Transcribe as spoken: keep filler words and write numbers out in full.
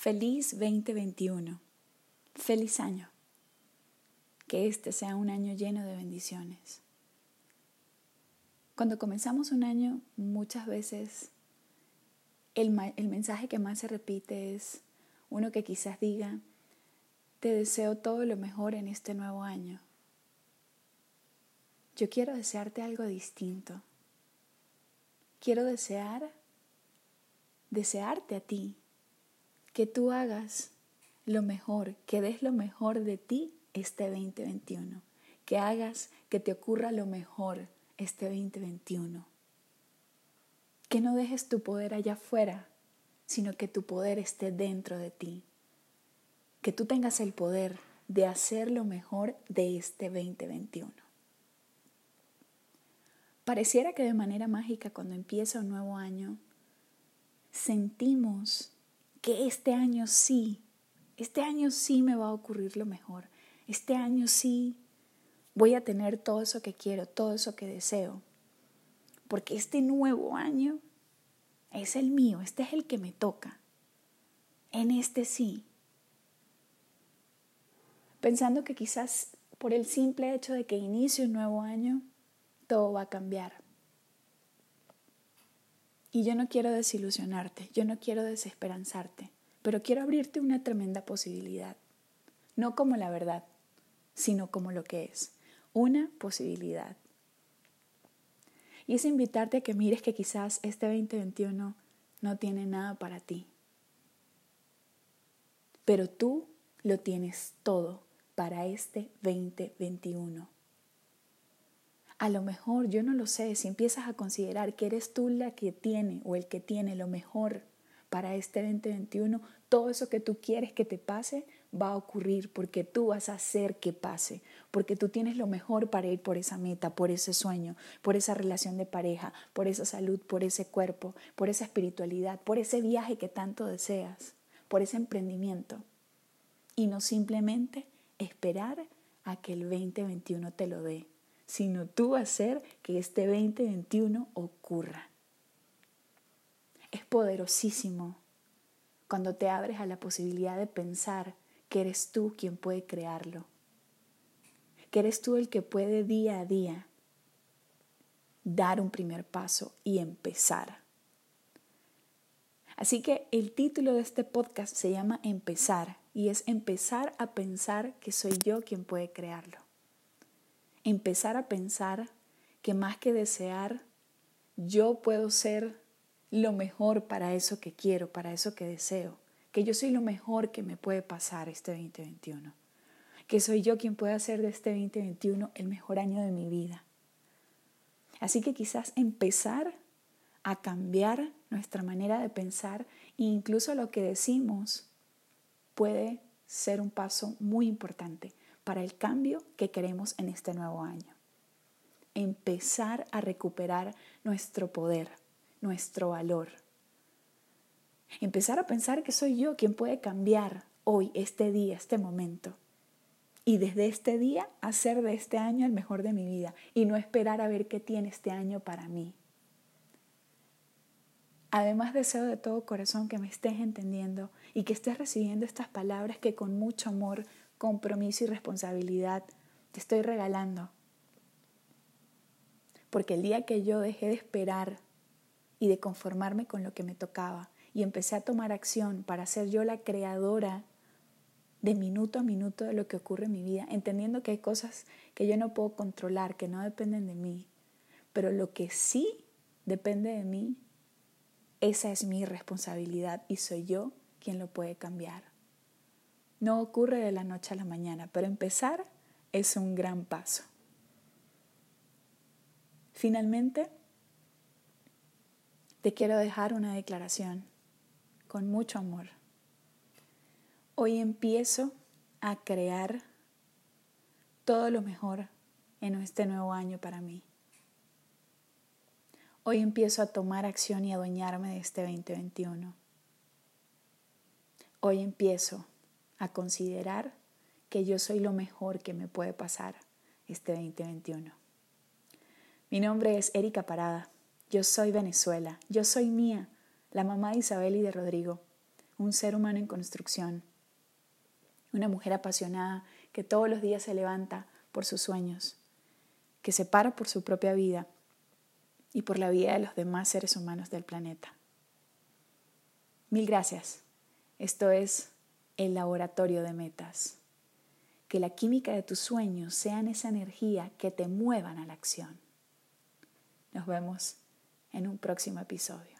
Feliz veinte veintiuno. Feliz año. Que este sea un año lleno de bendiciones. Cuando comenzamos un año, muchas veces el, ma- el mensaje que más se repite es uno que quizás diga: te deseo todo lo mejor en este nuevo año. Yo quiero desearte algo distinto. Quiero desear, desearte a ti, que tú hagas lo mejor, que des lo mejor de ti este veinte veintiuno. Que hagas, que te ocurra lo mejor este veinte veintiuno. Que no dejes tu poder allá afuera, sino que tu poder esté dentro de ti. Que tú tengas el poder de hacer lo mejor de este veinte veintiuno. Pareciera que de manera mágica, cuando empieza un nuevo año, sentimos que este año sí, este año sí me va a ocurrir lo mejor. Este año sí voy a tener todo eso que quiero, todo eso que deseo. Porque este nuevo año es el mío, este es el que me toca. En este sí. Pensando que quizás por el simple hecho de que inicie un nuevo año, todo va a cambiar. Y yo no quiero desilusionarte, yo no quiero desesperanzarte, pero quiero abrirte una tremenda posibilidad. No como la verdad, sino como lo que es, una posibilidad. Y es invitarte a que mires que quizás este veinte veintiuno no tiene nada para ti. Pero tú lo tienes todo para este veinte veintiuno. A lo mejor, yo no lo sé, si empiezas a considerar que eres tú la que tiene o el que tiene lo mejor para este veinte veintiuno, todo eso que tú quieres que te pase va a ocurrir porque tú vas a hacer que pase, porque tú tienes lo mejor para ir por esa meta, por ese sueño, por esa relación de pareja, por esa salud, por ese cuerpo, por esa espiritualidad, por ese viaje que tanto deseas, por ese emprendimiento. Y no simplemente esperar a que el veinte veintiuno te lo dé, sino tú hacer que este veinte veintiuno ocurra. Es poderosísimo cuando te abres a la posibilidad de pensar que eres tú quien puede crearlo, que eres tú el que puede día a día dar un primer paso y empezar. Así que el título de este podcast se llama Empezar, y es empezar a pensar que soy yo quien puede crearlo. Empezar a pensar que más que desear, yo puedo ser lo mejor para eso que quiero, para eso que deseo. Que yo soy lo mejor que me puede pasar este veinte veintiuno. Que soy yo quien puede hacer de este veinte veintiuno el mejor año de mi vida. Así que quizás empezar a cambiar nuestra manera de pensar e incluso lo que decimos puede ser un paso muy importante para el cambio que queremos en este nuevo año. Empezar a recuperar nuestro poder, nuestro valor. Empezar a pensar que soy yo quien puede cambiar hoy, este día, este momento. Y desde este día hacer de este año el mejor de mi vida y no esperar a ver qué tiene este año para mí. Además, deseo de todo corazón que me estés entendiendo y que estés recibiendo estas palabras que con mucho amor, compromiso y responsabilidad te estoy regalando. Porque el día que yo dejé de esperar y de conformarme con lo que me tocaba y empecé a tomar acción para ser yo la creadora de minuto a minuto de lo que ocurre en mi vida, entendiendo que hay cosas que yo no puedo controlar, que no dependen de mí, pero lo que sí depende de mí, esa es mi responsabilidad y soy yo quien lo puede cambiar. No ocurre de la noche a la mañana, pero empezar es un gran paso. Finalmente, te quiero dejar una declaración con mucho amor. Hoy empiezo a crear todo lo mejor en este nuevo año para mí. Hoy empiezo a tomar acción y a adueñarme de este veinte veintiuno. Hoy empiezo a considerar que yo soy lo mejor que me puede pasar este veinte veintiuno. Mi nombre es Erika Parada. Yo soy Venezuela. Yo soy Mía, la mamá de Isabel y de Rodrigo. un ser humano en construcción, una mujer apasionada que todos los días se levanta por sus sueños, que se para por su propia vida y por la vida de los demás seres humanos del planeta. Mil gracias. Esto es el Laboratorio de Metas. Que la química de tus sueños sean esa energía que te muevan a la acción. Nos vemos en un próximo episodio.